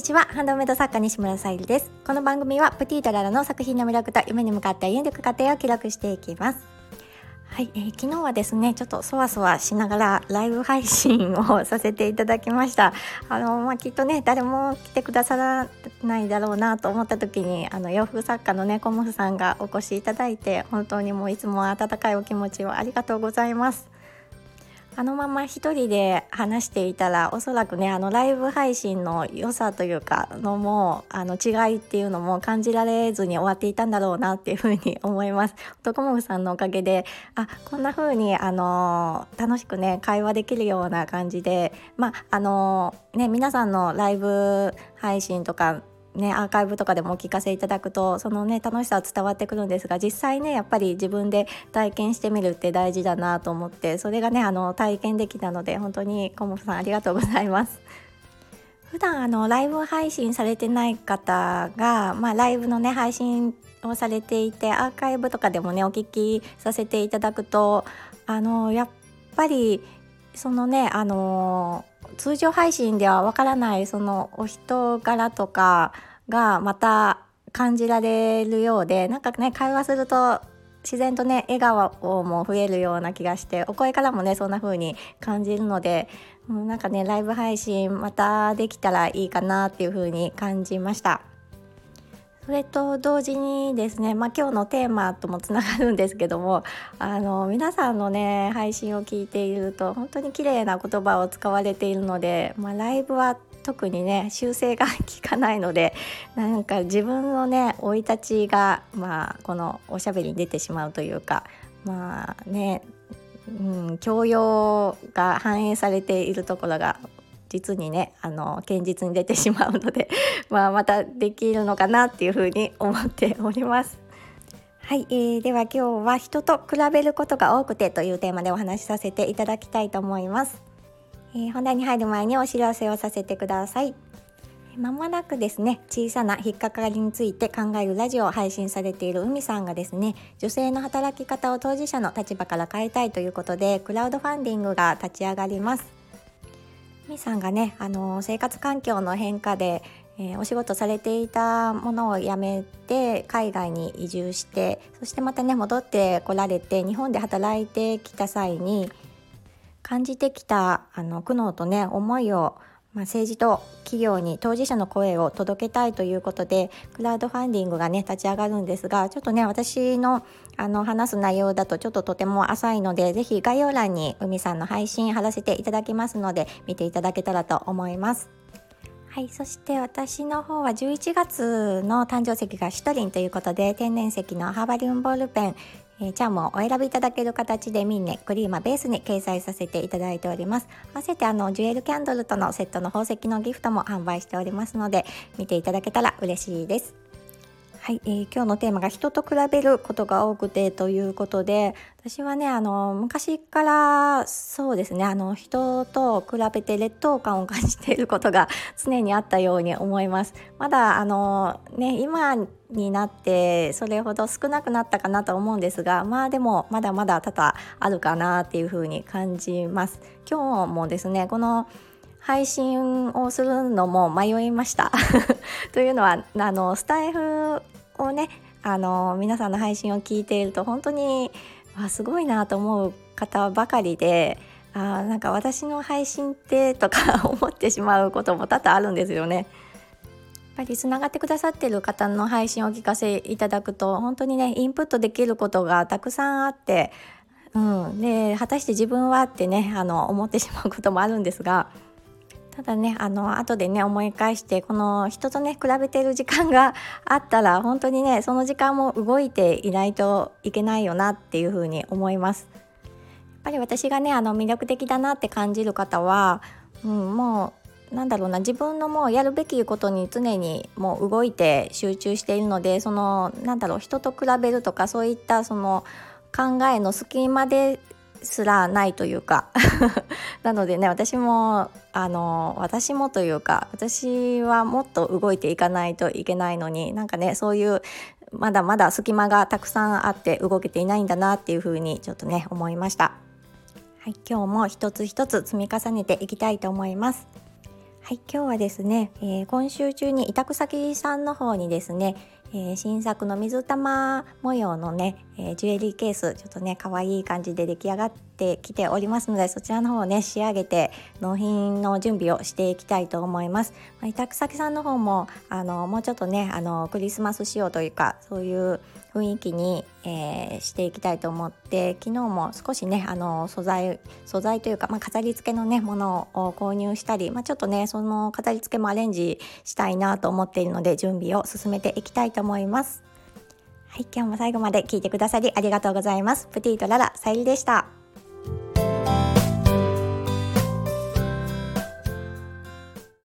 にちは。ハンドメイド作家西村さゆりです。この番組はプティとララの作品の魅力と夢に向かって歩んでいく過程を記録していきます。はい、昨日はですねちょっとそわそわしながらライブ配信をさせていただきました。きっとね誰も来てくださらないだろうなと思った時に洋服作家のねコモフさんがお越しいただいて、本当にもういつも温かいお気持ちをありがとうございます。まま一人で話していたらおそらくねライブ配信の良さというかのも違いっていうのも感じられずに終わっていたんだろうなっていうふうに思います。とコモフさんのおかげでこんな風に楽しくね会話できるような感じで、皆さんのライブ配信とかね、アーカイブとかでもお聞かせいただくとそのね楽しさは伝わってくるんですが、実際ねやっぱり自分で体験してみるって大事だなと思って、それがね体験できたので本当にコモフさんありがとうございます。普段ライブ配信されてない方が、ライブのね配信をされていてアーカイブとかでもねお聞きさせていただくとやっぱりそのね通常配信ではわからないそのお人柄とかがまた感じられるようで、なんかね会話すると自然とね笑顔も増えるような気がして、お声からもねそんな風に感じるので、なんかねライブ配信またできたらいいかなっていう風に感じました。それと同時にですね、今日のテーマともつながるんですけども、皆さんのね配信を聞いていると本当に綺麗な言葉を使われているので、ライブは特にね修正が効かないので、なんか自分のね生い立ちがこのおしゃべりに出てしまうというか、教養が反映されているところが実にね堅実に出てしまうのでまたできるのかなっていうふうに思っております。はい、では今日は人と比べることが多くてというテーマでお話しさせていただきたいと思います。本題に入る前にお知らせをさせてください。まもなくですね、小さな引っかかりについて考えるラジオを配信されている海さんがですね、女性の働き方を当事者の立場から変えたいということでクラウドファンディングが立ち上がります。海さんがね生活環境の変化で、お仕事されていたものを辞めて海外に移住して、そしてまたね戻ってこられて日本で働いてきた際に感じてきた苦悩とね思いを、政治と企業に当事者の声を届けたいということでクラウドファンディングがね立ち上がるんですが、ちょっとね私の話す内容だとちょっととても浅いので、ぜひ概要欄に海さんの配信貼らせていただきますので見ていただけたらと思います。はい、そして私の方は11月の誕生石がシトリンということで、天然石のハーバリウムボールペン、チャームをお選びいただける形でミンネクリーマベースに掲載させていただいております。合わせてジュエルキャンドルとのセットの宝石のギフトも販売しておりますので見ていただけたら嬉しいです。はい、今日のテーマが人と比べることが多くてということで、私はね昔からそうですね人と比べて劣等感を感じていることが常にあったように思います。まだ今になってそれほど少なくなったかなと思うんですが、でもまだまだ多々あるかなっていうふうに感じます。今日もですねこの配信をするのも迷いましたというのはスタイフをね皆さんの配信を聞いていると本当にすごいなと思う方ばかりで、なんか私の配信ってとか思ってしまうことも多々あるんですよね。やっぱりつながってくださっている方の配信を聞かせいただくと本当にねインプットできることがたくさんあって、で果たして自分はってね思ってしまうこともあるんですが、ただね後でね思い返してこの人とね比べている時間があったら本当にねその時間も動いていないといけないよなっていうふうに思います。やっぱり私がね魅力的だなって感じる方は、もう自分のもうやるべきことに常にもう動いて集中しているので、その人と比べるとかそういったその考えの隙間ですらないというかなのでね私もというか私はもっと動いていかないといけないのに、そういうまだまだ隙間がたくさんあって動けていないんだなっていうふうにちょっとね思いました。はい、今日も一つ一つ積み重ねていきたいと思います。 はい、今日はですね、今週中に委託先さんの方にですね、新作の水玉模様のね、ジュエリーケースちょっとね可愛い感じで出来上がってきておりますので、そちらの方をね仕上げて納品の準備をしていきたいと思います。委託先さんの方ももうちょっとねクリスマス仕様というかそういう雰囲気に、していきたいと思って、昨日も少しね素材というか、飾り付けのねものを購入したり、ちょっとねその飾り付けもアレンジしたいなと思っているので準備を進めていきたいと思います。はい、今日も最後まで聞いてくださりありがとうございます。プティとララさゆりでした。